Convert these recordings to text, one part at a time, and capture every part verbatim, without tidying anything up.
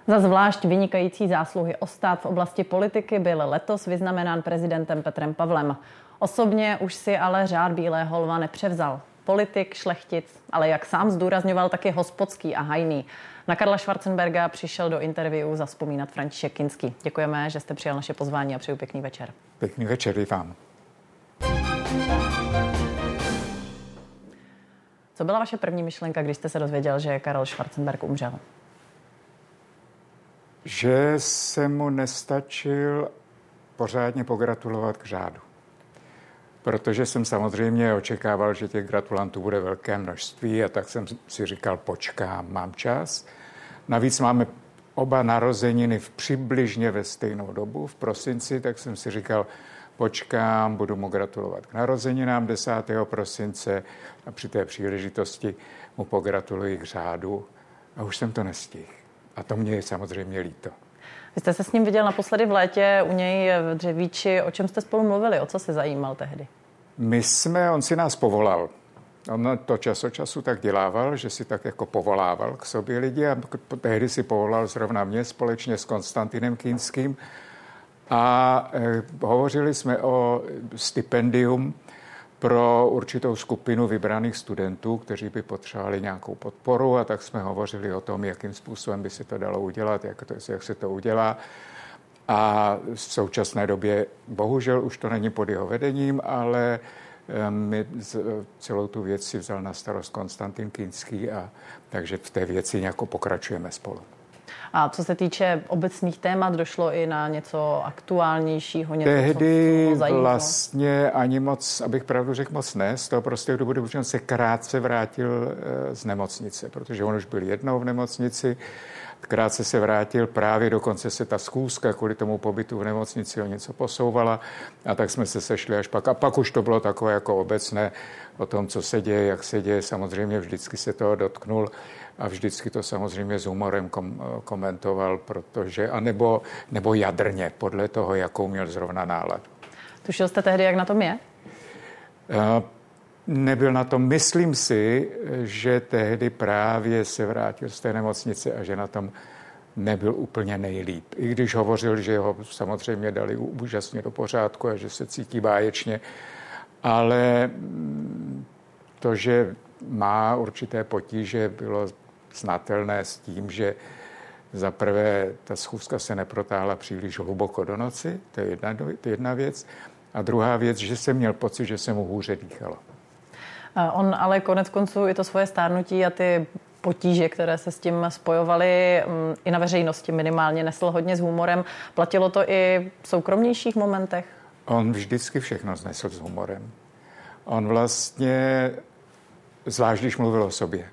Za zvlášť vynikající zásluhy o stát v oblasti politiky byl letos vyznamenán prezidentem Petrem Pavlem. Osobně už si ale řád Bílého lva nepřevzal. Politik, šlechtic, ale jak sám zdůrazňoval, taky hospodský a hajný. Na Karla Schwarzenberga přišel do interview zavzpomínat František Kinský. Děkujeme, že jste přijal naše pozvání a přeju pěkný večer. Pěkný večer i vám. Co byla vaše první myšlenka, když jste se dozvěděl, že Karel Schwarzenberg umřel? Že jsem mu nestačil pořádně pogratulovat k řádu. Protože jsem samozřejmě očekával, že těch gratulantů bude velké množství a tak jsem si říkal, počkám, mám čas. Navíc máme oba narozeniny v přibližně ve stejnou dobu, v prosinci, tak jsem si říkal, počkám, budu mu gratulovat k narozeninám desátého prosince a při té příležitosti mu pogratuluji k řádu a už jsem to nestihl. A to mě je samozřejmě líto. Vy jste se s ním viděl naposledy v létě u něj v Dřevíči. O čem jste spolu mluvili? O co se zajímal tehdy? My jsme, on si nás povolal. On to čas od času tak dělával, že si tak jako povolával k sobě lidi a tehdy si povolal zrovna mě společně s Konstantinem Kinským a eh, hovořili jsme o stipendium pro určitou skupinu vybraných studentů, kteří by potřebovali nějakou podporu a tak jsme hovořili o tom, jakým způsobem by se to dalo udělat, jak, to, jak se to udělá. A v současné době bohužel už to není pod jeho vedením, ale my celou tu věc si vzal na starost Konstantin Kinský a takže v té věci nějak pokračujeme spolu. A co se týče obecných témat, došlo i na něco aktuálnějšího? Něco, Tehdy co zajímalo? Vlastně ani moc, abych pravdu řekl, moc ne. Z toho prostě důvodu, protože on se krátce vrátil z nemocnice, protože on už byl jednou v nemocnici, krátce se vrátil, právě dokonce se ta schůzka kvůli tomu pobytu v nemocnici o něco posouvala a tak jsme se sešli až pak. A pak už to bylo takové jako obecné o tom, co se děje, jak se děje. Samozřejmě vždycky se toho dotknul a vždycky to samozřejmě s humorem kom, komentoval, protože, a nebo, nebo jadrně, podle toho, jakou měl zrovna náladu. Tušil jste tehdy, jak na tom je? Uh, Nebyl na tom. Myslím si, že tehdy právě se vrátil z té nemocnice a že na tom nebyl úplně nejlíp. I když hovořil, že ho samozřejmě dali úžasně do pořádku a že se cítí báječně, ale to, že má určité potíže, bylo znatelné s tím, že za prvé ta schůzka se neprotáhla příliš hluboko do noci, to je jedna, to je jedna věc, a druhá věc, že jsem měl pocit, že se mu hůře dýchalo. On ale konec konců i to svoje stárnutí a ty potíže, které se s tím spojovaly, i na veřejnosti minimálně nesl hodně s humorem. Platilo to i v soukromnějších momentech? On vždycky všechno znesl s humorem. On vlastně, zvlášť když mluvil o sobě,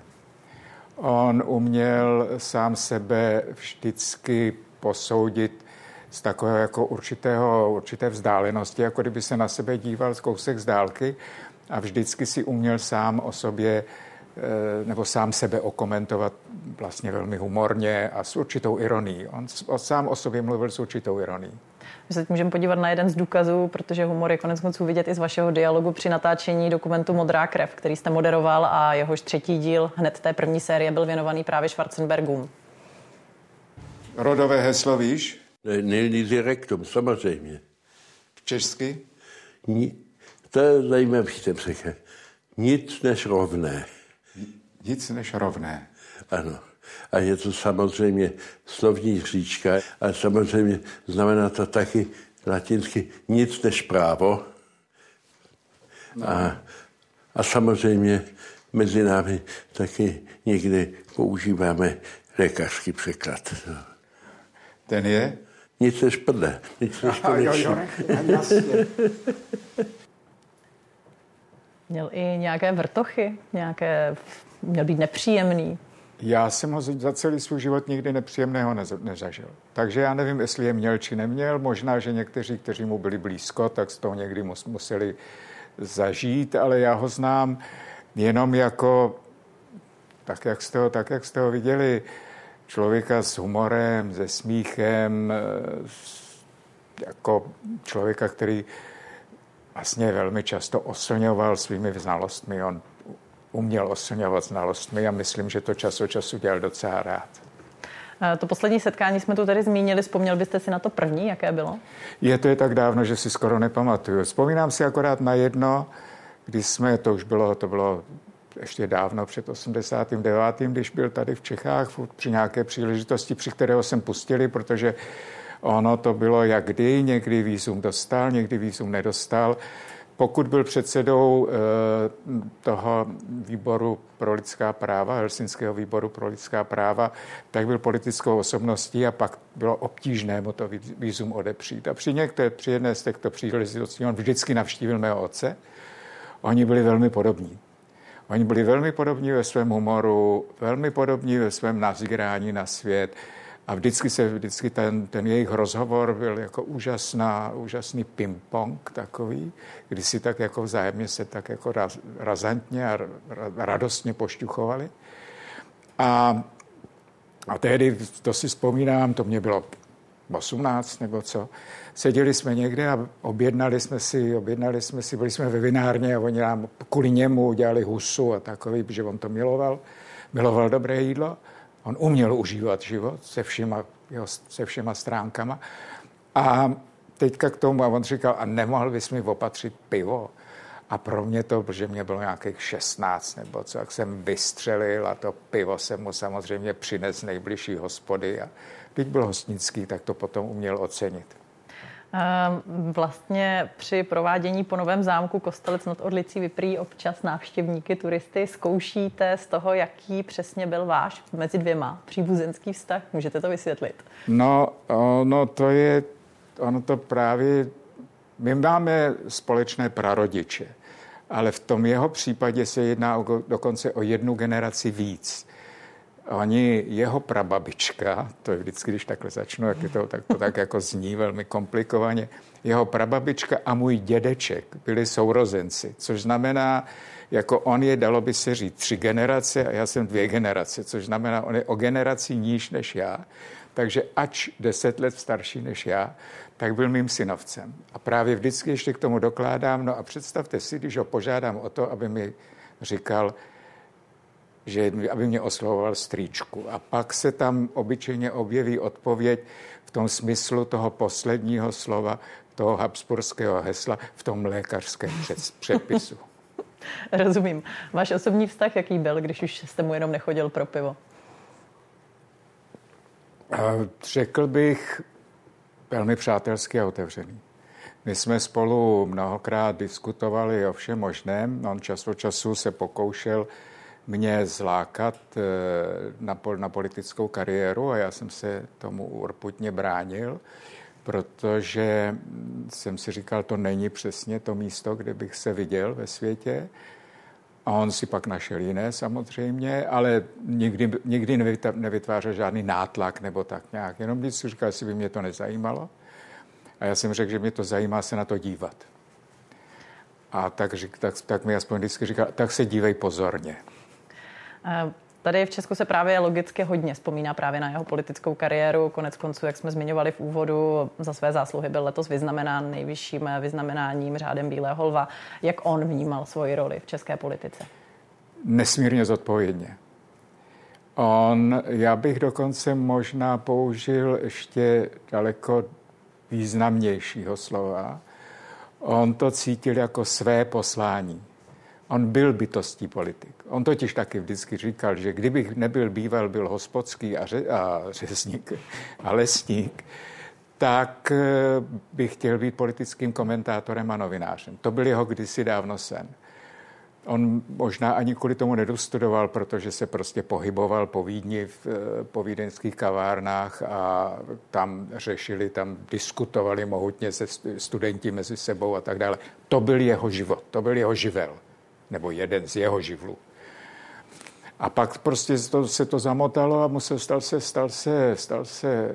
on uměl sám sebe vždycky posoudit z takového jako určitého, určité vzdálenosti, jako kdyby se na sebe díval z kousek z dálky a vždycky si uměl sám o sobě nebo sám sebe okomentovat vlastně velmi humorně a s určitou ironií. On sám o sobě mluvil s určitou ironií. My se teď můžeme podívat na jeden z důkazů, protože humor je konec konců vidět i z vašeho dialogu při natáčení dokumentu Modrá krev, který jste moderoval a jehož třetí díl hned té první série byl věnovaný právě Schwarzenbergům. Rodové heslo víš? Nejlízy rektum, samozřejmě. Česky? Ni, to je zajímavý, jsem řekl. Nic než rovné. Nic než rovné. Ano. A je to samozřejmě slovní hříčka, ale samozřejmě znamená to taky latinsky nic než právo. No. A, a samozřejmě mezi námi taky někdy používáme lékařský překlad. Ten je? Nic než prdle. Nic než konečný. Měl i nějaké vrtochy, nějaké, měl být nepříjemný. Já jsem ho za celý svůj život nikdy nepříjemného nezažil. Takže já nevím, jestli je měl či neměl. Možná, že někteří, kteří mu byli blízko, tak z toho někdy museli zažít, ale já ho znám jenom jako, tak jak jste ho, tak jak jste ho viděli, člověka s humorem, se smíchem, jako člověka, který vlastně velmi často oslňoval svými znalostmi. On uměl oslňovat znalostmi a myslím, že to čas od času dělal docela rád. To poslední setkání jsme tu tady zmínili. Vzpomněl byste si na to první, jaké bylo? Je to je tak dávno, že si skoro nepamatuju. Vzpomínám si akorát na jedno, když jsme, to už bylo, to bylo ještě dávno před osmdesátým devátým, když byl tady v Čechách při nějaké příležitosti, při kterého jsem pustili, protože ono to bylo jak kdy, někdy vízum dostal, někdy vízum nedostal. Pokud byl předsedou e, toho výboru pro lidská práva, Helsinského výboru pro lidská práva, tak byl politickou osobností a pak bylo obtížné mu to vízum odepřít. A při některé, při jedné z těchto příležitostí on vždycky navštívil mého otce. Oni byli velmi podobní. Oni byli velmi podobní ve svém humoru, velmi podobní ve svém nazírání na svět. A vždycky se, vždycky ten, ten jejich rozhovor byl jako úžasná, úžasný ping-pong takový, kdy si tak jako vzájemně se tak jako raz, razantně a radostně pošťuchovali. A, a tehdy, to si vzpomínám, to mě bylo osmnáct nebo co, seděli jsme někde a objednali jsme si, objednali jsme si, byli jsme ve vinárně a oni nám kvůli němu udělali husu a takový, protože on to miloval, miloval dobré jídlo. On uměl užívat život se všema, jo, se všema stránkama. A teďka k tomu, a on říkal, a nemohl bys mi opatřit pivo? A pro mě to, protože mě bylo nějakých šestnáct nebo co, jak jsem vystřelil a to pivo jsem mu samozřejmě přines z nejbližší hospody. A když byl hostnický, tak to potom uměl ocenit. Vlastně při provádění po Novém zámku Kostelec nad Orlicí vyprý občas návštěvníky, turisty. Zkoušíte z toho, jaký přesně byl váš mezi dvěma příbuzenský vztah? Můžete to vysvětlit? No, no to je, ono to právě, my máme společné prarodiče, ale v tom jeho případě se jedná o, dokonce o jednu generaci víc. Oni, jeho prababička, to je vždycky, když takhle začnu, jak je to, tak to tak jako zní velmi komplikovaně, jeho prababička a můj dědeček byli sourozenci, což znamená, jako on je, dalo by se říct, tři generace a já jsem dvě generace, což znamená, on je o generaci níž než já, takže ač deset let starší než já, tak byl mým synovcem. A právě vždycky ještě k tomu dokládám, no a představte si, když ho požádám o to, aby mi říkal, že aby mě oslovoval strýčku. A pak se tam obyčejně objeví odpověď v tom smyslu toho posledního slova, toho habsburského hesla v tom lékařském předpisu. Rozumím. Váš osobní vztah, jaký byl, když už jste mu jenom nechodil pro pivo? Řekl bych velmi přátelský a otevřený. My jsme spolu mnohokrát diskutovali o všem možném. On čas od času se pokoušel mě zlákat na, na politickou kariéru a já jsem se tomu urputně bránil, protože jsem si říkal, to není přesně to místo, kde bych se viděl ve světě. A on si pak našel jiné samozřejmě, ale nikdy, nikdy nevytvářel žádný nátlak nebo tak nějak. Jenom když si říkal, jestli by mě to nezajímalo. A já jsem řekl, že mě to zajímá se na to dívat. A tak, tak, tak mi aspoň vždycky říkal, tak se dívej pozorně. Tady v Česku se právě logicky hodně vzpomíná právě na jeho politickou kariéru. Konec konců, jak jsme zmiňovali v úvodu, za své zásluhy byl letos vyznamenán nejvyšším vyznamenáním řádem Bílého lva. Jak on vnímal svoji roli v české politice? Nesmírně zodpovědně. On, já bych dokonce možná použil ještě daleko významnějšího slova. On to cítil jako své poslání. On byl bytostí politik. On totiž taky vždycky říkal, že kdybych nebyl býval, byl hospodský a, ře, a řezník a lesník, tak bych chtěl být politickým komentátorem a novinářem. To byl jeho kdysi dávno sen. On možná ani kvůli tomu nedostudoval, protože se prostě pohyboval po Vídni, v, po vídeňských kavárnách a tam řešili, tam diskutovali mohutně se studenti mezi sebou a tak dále. To byl jeho život, to byl jeho živel. Nebo jeden z jeho živlů. A pak prostě to, se to zamotalo a musel, stal se, stal se, stal se e,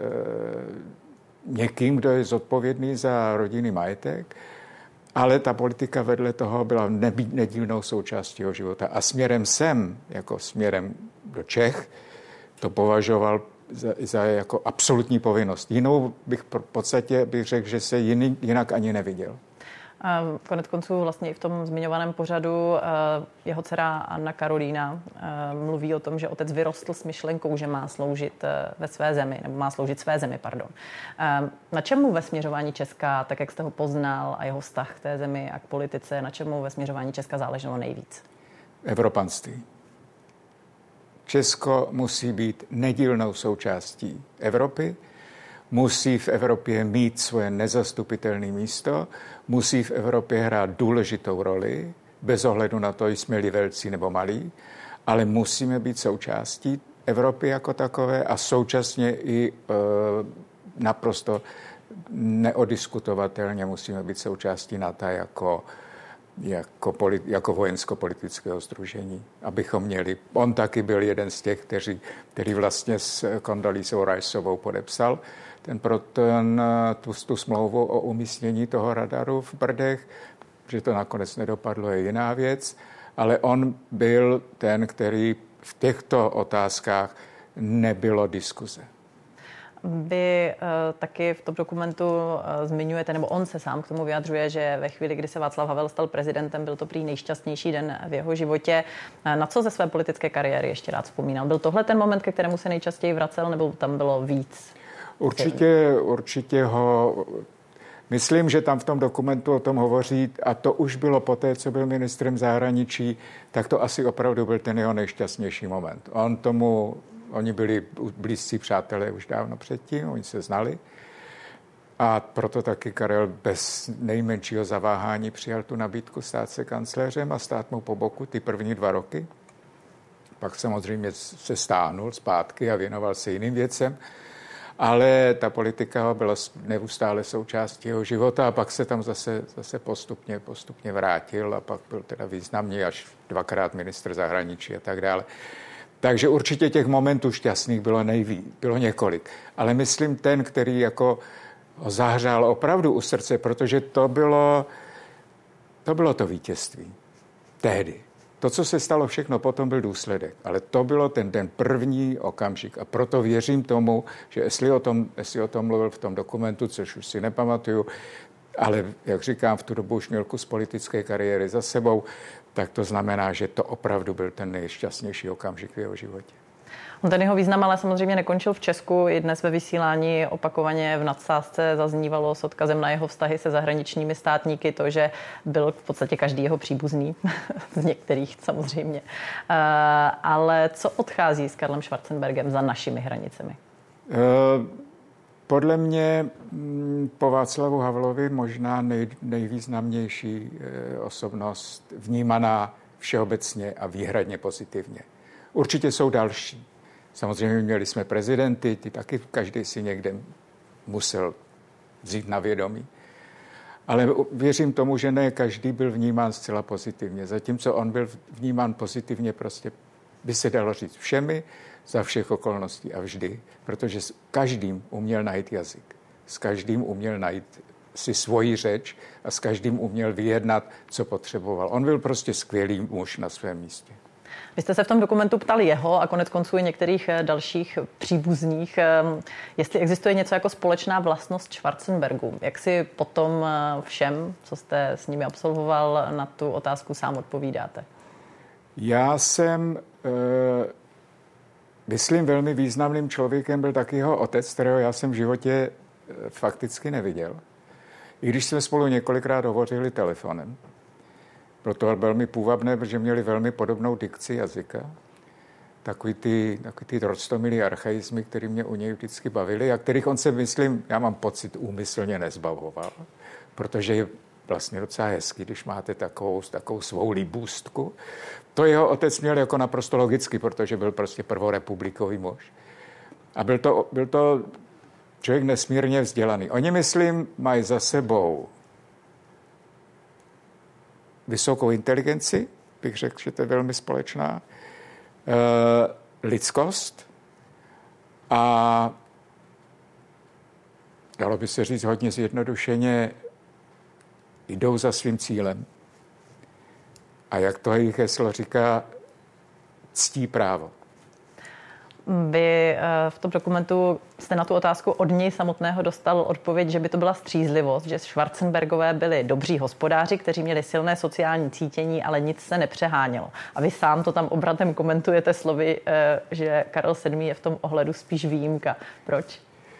někým, kdo je zodpovědný za rodinný majetek, ale ta politika vedle toho byla nedílnou součástí jeho života. A směrem sem, jako směrem do Čech, to považoval za, za jako absolutní povinnost. Jinou bych v podstatě bych řekl, že se jiný, jinak ani neviděl. Konec konců vlastně i v tom zmiňovaném pořadu jeho dcera Anna Karolína mluví o tom, že otec vyrostl s myšlenkou, že má sloužit ve své zemi, nebo má sloužit své zemi, pardon. Na čemu ve směřování Česka, tak jak jste ho poznal a jeho vztah k té zemi a k politice, na čemu ve směřování Česka záleželo nejvíc? Evropanství. Česko musí být nedílnou součástí Evropy, musí v Evropě mít svoje nezastupitelné místo, musí v Evropě hrát důležitou roli, bez ohledu na to, jsme-li velcí nebo malí, ale musíme být součástí Evropy jako takové a současně i e, naprosto neodiskutovatelně musíme být součástí NATO jako, jako, polit, jako vojensko-politického sdružení, abychom měli. On taky byl jeden z těch, kteří, který vlastně s Condoleezou Riceovou podepsal ten, pro ten, tu, tu smlouvu o umístění toho radaru v Brdech, že to nakonec nedopadlo, je jiná věc, ale on byl ten, který v těchto otázkách nebylo diskuze. Vy uh, taky v tom dokumentu uh, zmiňujete, nebo on se sám k tomu vyjadřuje, že ve chvíli, kdy se Václav Havel stal prezidentem, byl to prý nejšťastnější den v jeho životě. Uh, na co ze své politické kariéry ještě rád vzpomínal? Byl tohle ten moment, ke kterému se nejčastěji vracel, nebo tam bylo víc? Určitě, určitě ho... Myslím, že tam v tom dokumentu o tom hovoří, a to už bylo poté, co byl ministrem zahraničí, tak to asi opravdu byl ten jeho nejšťastnější moment. On tomu... Oni byli blízcí přátelé už dávno předtím, oni se znali. A proto taky Karel bez nejmenšího zaváhání přijal tu nabídku stát se kancléřem a stát mu po boku ty první dva roky. Pak samozřejmě se stáhnul zpátky a věnoval se jiným věcem. Ale ta politika byla neustále součástí jeho života a pak se tam zase, zase postupně, postupně vrátil a pak byl teda významný až dvakrát ministr zahraničí a tak dále. Takže určitě těch momentů šťastných bylo nejvíc, bylo několik. Ale myslím ten, který jako ho zahřál opravdu u srdce, protože to bylo to, bylo to vítězství. Tehdy. To, co se stalo všechno, potom byl důsledek. Ale to bylo ten, ten první okamžik. A proto věřím tomu, že jestli o tom, jestli o tom mluvil v tom dokumentu, což už si nepamatuju, ale jak říkám, v tu dobu už měl kus politické kariéry za sebou, tak to znamená, že to opravdu byl ten nejšťastnější okamžik v jeho životě. On ten jeho význam ale samozřejmě nekončil v Česku. I dnes ve vysílání opakovaně v nadsázce zaznívalo s odkazem na jeho vztahy se zahraničními státníky to, že byl v podstatě každý jeho příbuzný, z některých samozřejmě. Ale co odchází s Karlem Schwarzenbergem za našimi hranicemi? Uh... Podle mě po Václavu Havlovi možná nej, nejvýznamnější e, osobnost vnímaná všeobecně a výhradně pozitivně. Určitě jsou další. Samozřejmě měli jsme prezidenty, ty taky každý si někde musel vzít na vědomí. Ale věřím tomu, že ne každý byl vnímán zcela pozitivně. Zatímco on byl vnímán pozitivně, prostě by se dalo říct všemi, za všech okolností a vždy, protože s každým uměl najít jazyk. S každým uměl najít si svoji řeč a s každým uměl vyjednat, co potřeboval. On byl prostě skvělý muž na svém místě. Vy jste se v tom dokumentu ptali jeho a konec konců i některých dalších příbuzných, jestli existuje něco jako společná vlastnost Schwarzenbergů. Jak si potom všem, co jste s nimi absolvoval, na tu otázku sám odpovídáte? Já jsem... E- Myslím, velmi významným člověkem byl taky jeho otec, kterého já jsem v životě fakticky neviděl. I když jsme spolu několikrát hovořili telefonem. Proto velmi půvabné, protože měli velmi podobnou dikci jazyka. Takový ty, takový ty roztomilý archaizmy, které mě u něj vždycky bavily a kterých on se, myslím, já mám pocit, úmyslně nezbavoval. Protože je vlastně docela hezký, když máte takovou, takovou svou líbůstku. To jeho otec měl jako naprosto logicky, protože byl prostě prvorepublikový muž. A byl to, byl to člověk nesmírně vzdělaný. Oni, myslím, mají za sebou vysokou inteligenci, bych řekl, že to je velmi společná, e, lidskost a dalo by se říct hodně zjednodušeně, jdou za svým cílem. A jak to jejich heslo říká, ctí právo. Vy v tom dokumentu jste na tu otázku od něj samotného dostal odpověď, že by to byla střízlivost, že Schwarzenbergové byli dobří hospodáři, kteří měli silné sociální cítění, ale nic se nepřehánělo. A vy sám to tam obratem komentujete slovy, že Karel sedmý je v tom ohledu spíš výjimka. Proč?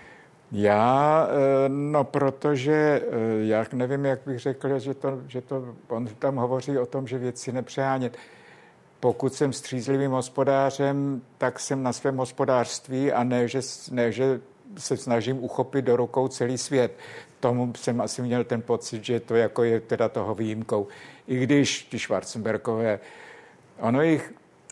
Já, no protože, já nevím, jak bych řekl, že to, že to, on tam hovoří o tom, že věci nepřehánět. Pokud jsem střízlivým hospodářem, tak jsem na svém hospodářství a ne že, ne, že se snažím uchopit do rukou celý svět. Tomu jsem asi měl ten pocit, že to jako je teda toho výjimkou. I když ty Schwarzenbergové, ono jich,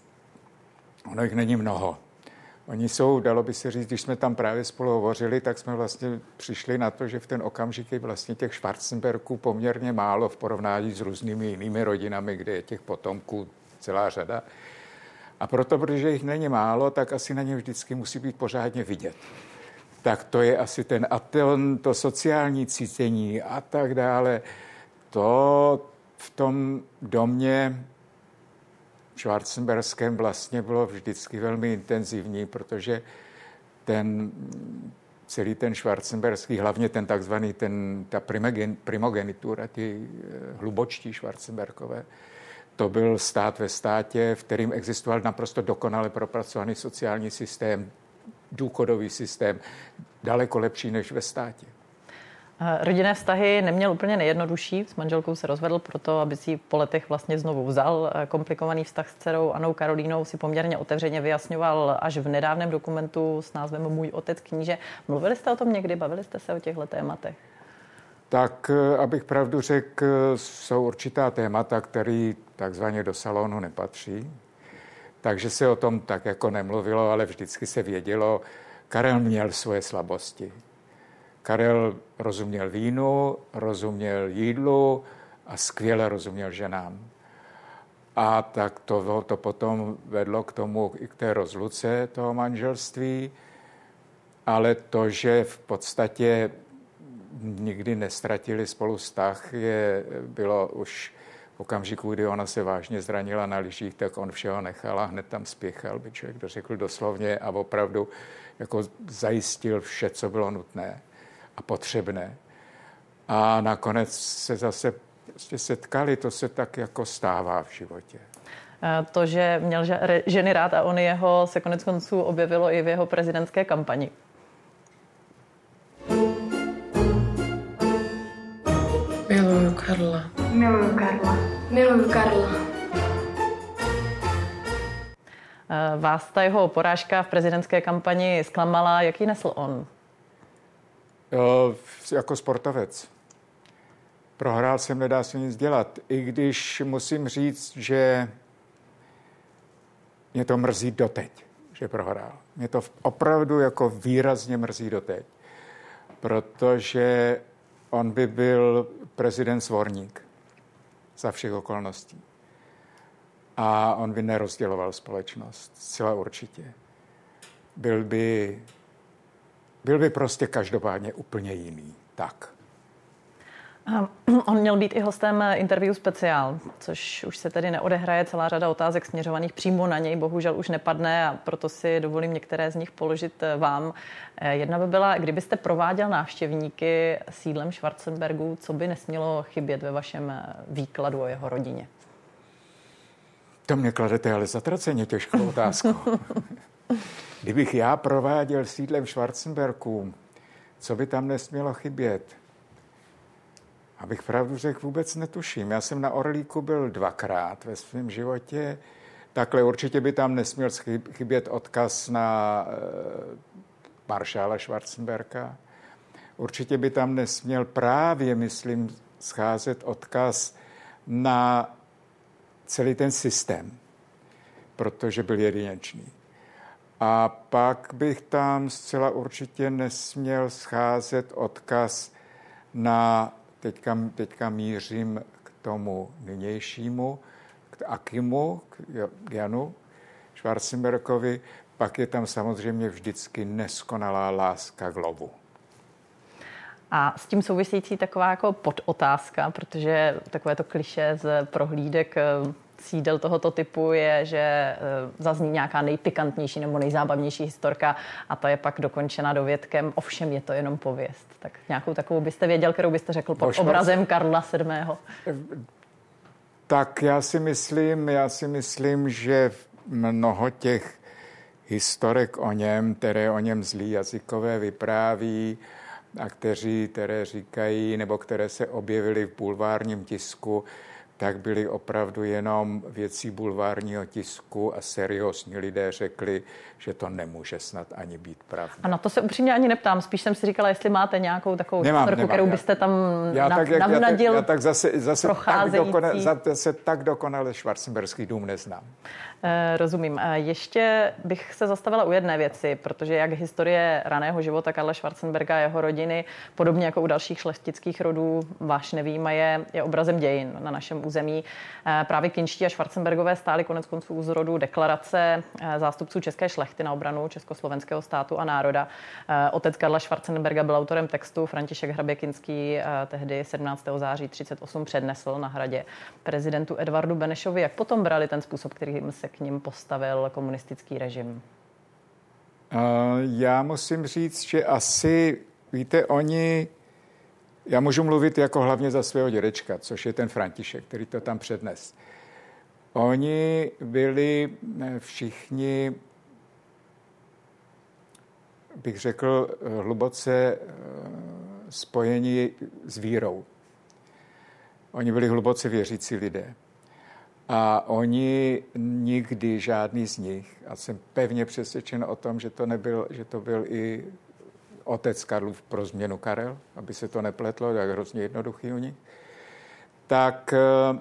ono jich není mnoho. Oni jsou, dalo by se říct, když jsme tam právě spolu hovořili, tak jsme vlastně přišli na to, že v ten okamžik je vlastně těch Schwarzenbergů poměrně málo v porovnání s různými jinými rodinami, kde je těch potomků celá řada. A proto, protože jich není málo, tak asi na ně vždycky musí být pořádně vidět. Tak to je asi ten a ten, to sociální cítění a tak dále. To v tom domě schwarzenberském vlastně bylo vždycky velmi intenzivní, protože ten celý ten schwarzenberský, hlavně ten takzvaný, ten, ta primogenitura, ty hlubočtí Schwarzenbergové, to byl stát ve státě, v kterým existoval naprosto dokonale propracovaný sociální systém, důchodový systém, daleko lepší než ve státě. Rodinné vztahy neměl úplně nejjednodušší. S manželkou se rozvedl proto, aby si po letech vlastně znovu vzal. Komplikovaný vztah s dcerou Annou Karolínou si poměrně otevřeně vyjasňoval až v nedávném dokumentu s názvem Můj otec kníže. Mluvili jste o tom někdy? Bavili jste se o těchto tématech? Tak, abych pravdu řekl, jsou určitá témata, které takzvaně do salonu nepatří. Takže se o tom tak jako nemluvilo, ale vždycky se vědělo. Karel měl svoje slabosti. Karel rozuměl vínu, rozuměl jídlu a skvěle rozuměl ženám. A tak to, to potom vedlo k tomu, i k té rozluce toho manželství, ale to, že v podstatě nikdy nestratili spolu vztah, je, bylo už v okamžiku, kdy ona se vážně zranila na lyžích, tak on všeho nechal a hned tam spěchal, by člověk to řekl doslovně a opravdu jako zajistil vše, co bylo nutné a potřebné. A nakonec se zase prostě setkali, to se tak jako stává v životě. To, že měl ženy rád a on jeho, se konec konců objevilo i v jeho prezidentské kampani. Miluju Karla. Miluju Karla. Miluju Karla. Vás ta jeho porážka v prezidentské kampani zklamala. Jaký nesl on? Jo, jako sportovec. Prohrál jsem, nedá se nic dělat. I když musím říct, že mě to mrzí doteď, že prohrál. Mě to opravdu jako výrazně mrzí doteď. Protože on by byl prezident svorník za všech okolností. A on by nerozděloval společnost, zcela určitě. Byl by, byl by prostě každopádně úplně jiný. Tak. On měl být i hostem interview speciál, což už se tedy neodehraje. Celá řada otázek směřovaných přímo na něj bohužel už nepadne a proto si dovolím některé z nich položit vám. Jedna by byla, kdybyste prováděl návštěvníky sídlem Schwarzenbergů, co by nesmělo chybět ve vašem výkladu o jeho rodině? To mě kladete ale zatraceně těžkou otázku. Kdybych já prováděl sídlem Schwarzenbergů, co by tam nesmělo chybět? Abych pravdu řekl, vůbec netuším. Já jsem na Orlíku byl dvakrát ve svém životě. Takhle určitě by tam nesměl chybět odkaz na e, maršála Schwarzenberga. Určitě by tam nesměl právě, myslím, scházet odkaz na celý ten systém, protože byl jedinečný. A pak bych tam zcela určitě nesměl scházet odkaz na Teďka, teďka mířím k tomu nynějšímu, k Akimu, k Janu Schwarzenbergovi, pak je tam samozřejmě vždycky neskonalá láska k lovu. A s tím související taková jako podotázka, protože takové to klišé z prohlídek sídel tohoto typu je, že zazní nějaká nejpikantnější nebo nejzábavnější historka a ta je pak dokončena dovětkem, ovšem je to jenom pověst. Tak nějakou takovou byste věděl, kterou byste řekl pod obrazem Karla sedmého. Tak já si myslím, já si myslím, že mnoho těch historek o něm, které o něm zlí jazykové vypráví a kteří, které říkají, nebo které se objevily v bulvárním tisku, tak byly opravdu jenom věcí bulvárního tisku a seriózní lidé řekli, že to nemůže snad ani být pravda. A na to se upřímně ani neptám. Spíš jsem si říkala, jestli máte nějakou takovou historku, kterou byste tam já nav, tak, jak, navnadil já tak, já tak zase, zase, tak dokonale, zase tak dokonale Schwarzenberský dům neznám. E, rozumím. E, ještě bych se zastavila u jedné věci, protože jak historie raného života Karla Schwarzenberga a jeho rodiny, podobně jako u dalších šlechtických rodů, váš nevyjímaje, je obrazem dějin na našem území. E, právě Kinští a Schwarzenbergové stáli konec konců u zrodu deklarace e, zástupců české šlechty na obranu československého státu a národa. E, otec Karla Schwarzenberga byl autorem textu, František Hrabě-Kinský e, tehdy sedmnáctého září třicet osm přednesl na hradě prezidentu Edvardu Benešovi. Jak potom brali ten způsob, kterým se k ním postavil komunistický režim? Uh, já musím říct, že asi, víte, oni, já můžu mluvit jako hlavně za svého dědečka, což je ten František, který to tam přednes. Oni byli všichni, bych řekl, hluboce spojeni s vírou. Oni byli hluboce věřící lidé. A oni nikdy, žádný z nich, a jsem pevně přesvědčen o tom, že to nebyl, že to byl i otec Karlův pro změnu Karel, aby se to nepletlo, tak hrozně jednoduchý u nich, tak,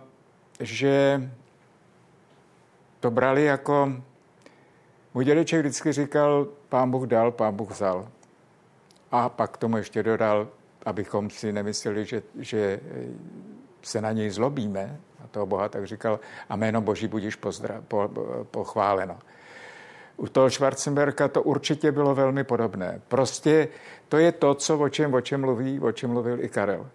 že to brali jako, můj dědeček vždycky říkal, Pán Bůh dal, Pán Bůh vzal. A pak tomu ještě dodal, abychom si nemysleli, že, že se na něj zlobíme, a toho Boha tak říkal, a jméno Boží budíš pozdra, po, pochváleno. U toho Schwarzenberga to určitě bylo velmi podobné. Prostě to je to, co, o čem, o čem mluví, o čem mluvil i Karel.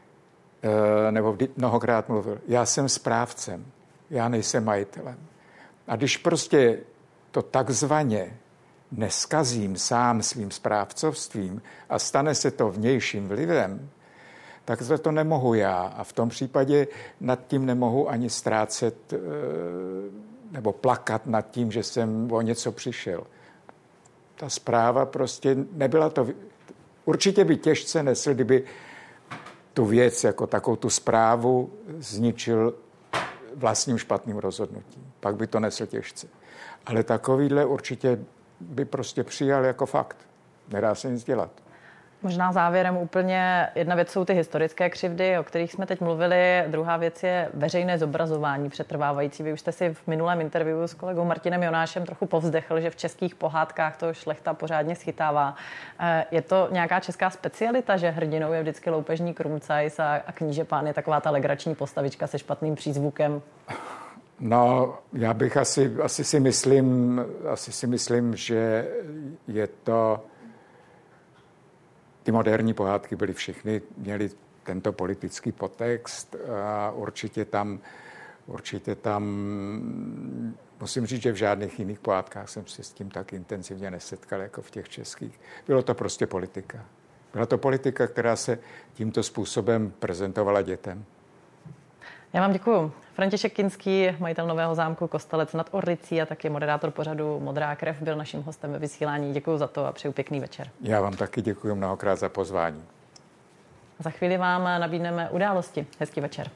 E, nebo mnohokrát mluvil. Já jsem správcem, já nejsem majitelem. A když prostě to takzvaně neskazím sám svým správcovstvím a stane se to vnějším vlivem, tak to nemohu já. A v tom případě nad tím nemohu ani ztrácet nebo plakat nad tím, že jsem o něco přišel. Ta zpráva prostě nebyla to... Určitě by těžce nesl, kdyby tu věc jako takovou tu zprávu zničil vlastním špatným rozhodnutím. Pak by to nesl těžce. Ale takovýhle určitě by prostě přijal jako fakt. Nedá se nic dělat. Možná závěrem úplně jedna věc jsou ty historické křivdy, o kterých jsme teď mluvili. Druhá věc je veřejné zobrazování přetrvávající. Vy už jste si v minulém interview s kolegou Martinem Jonášem trochu povzdechl, že v českých pohádkách to šlechta pořádně schytává. Je to nějaká česká specialita, že hrdinou je vždycky loupežní krumcajs a, a kníže pán je taková ta legrační postavička se špatným přízvukem? No, já bych asi, asi si myslím, asi si myslím, že je to... Ty moderní pohádky byly všechny, měly tento politický podtext a určitě tam, určitě tam, musím říct, že v žádných jiných pohádkách jsem se s tím tak intenzivně nesetkal, jako v těch českých. Bylo to prostě politika. Byla to politika, která se tímto způsobem prezentovala dětem. Já vám děkuju. František Kinský, majitel Nového zámku Kostelec nad Orlicí a taky moderátor pořadu Modrá krev, byl naším hostem ve vysílání. Děkuju za to a přeju pěkný večer. Já vám taky děkuji mnohokrát za pozvání. Za chvíli vám nabídneme události. Hezký večer.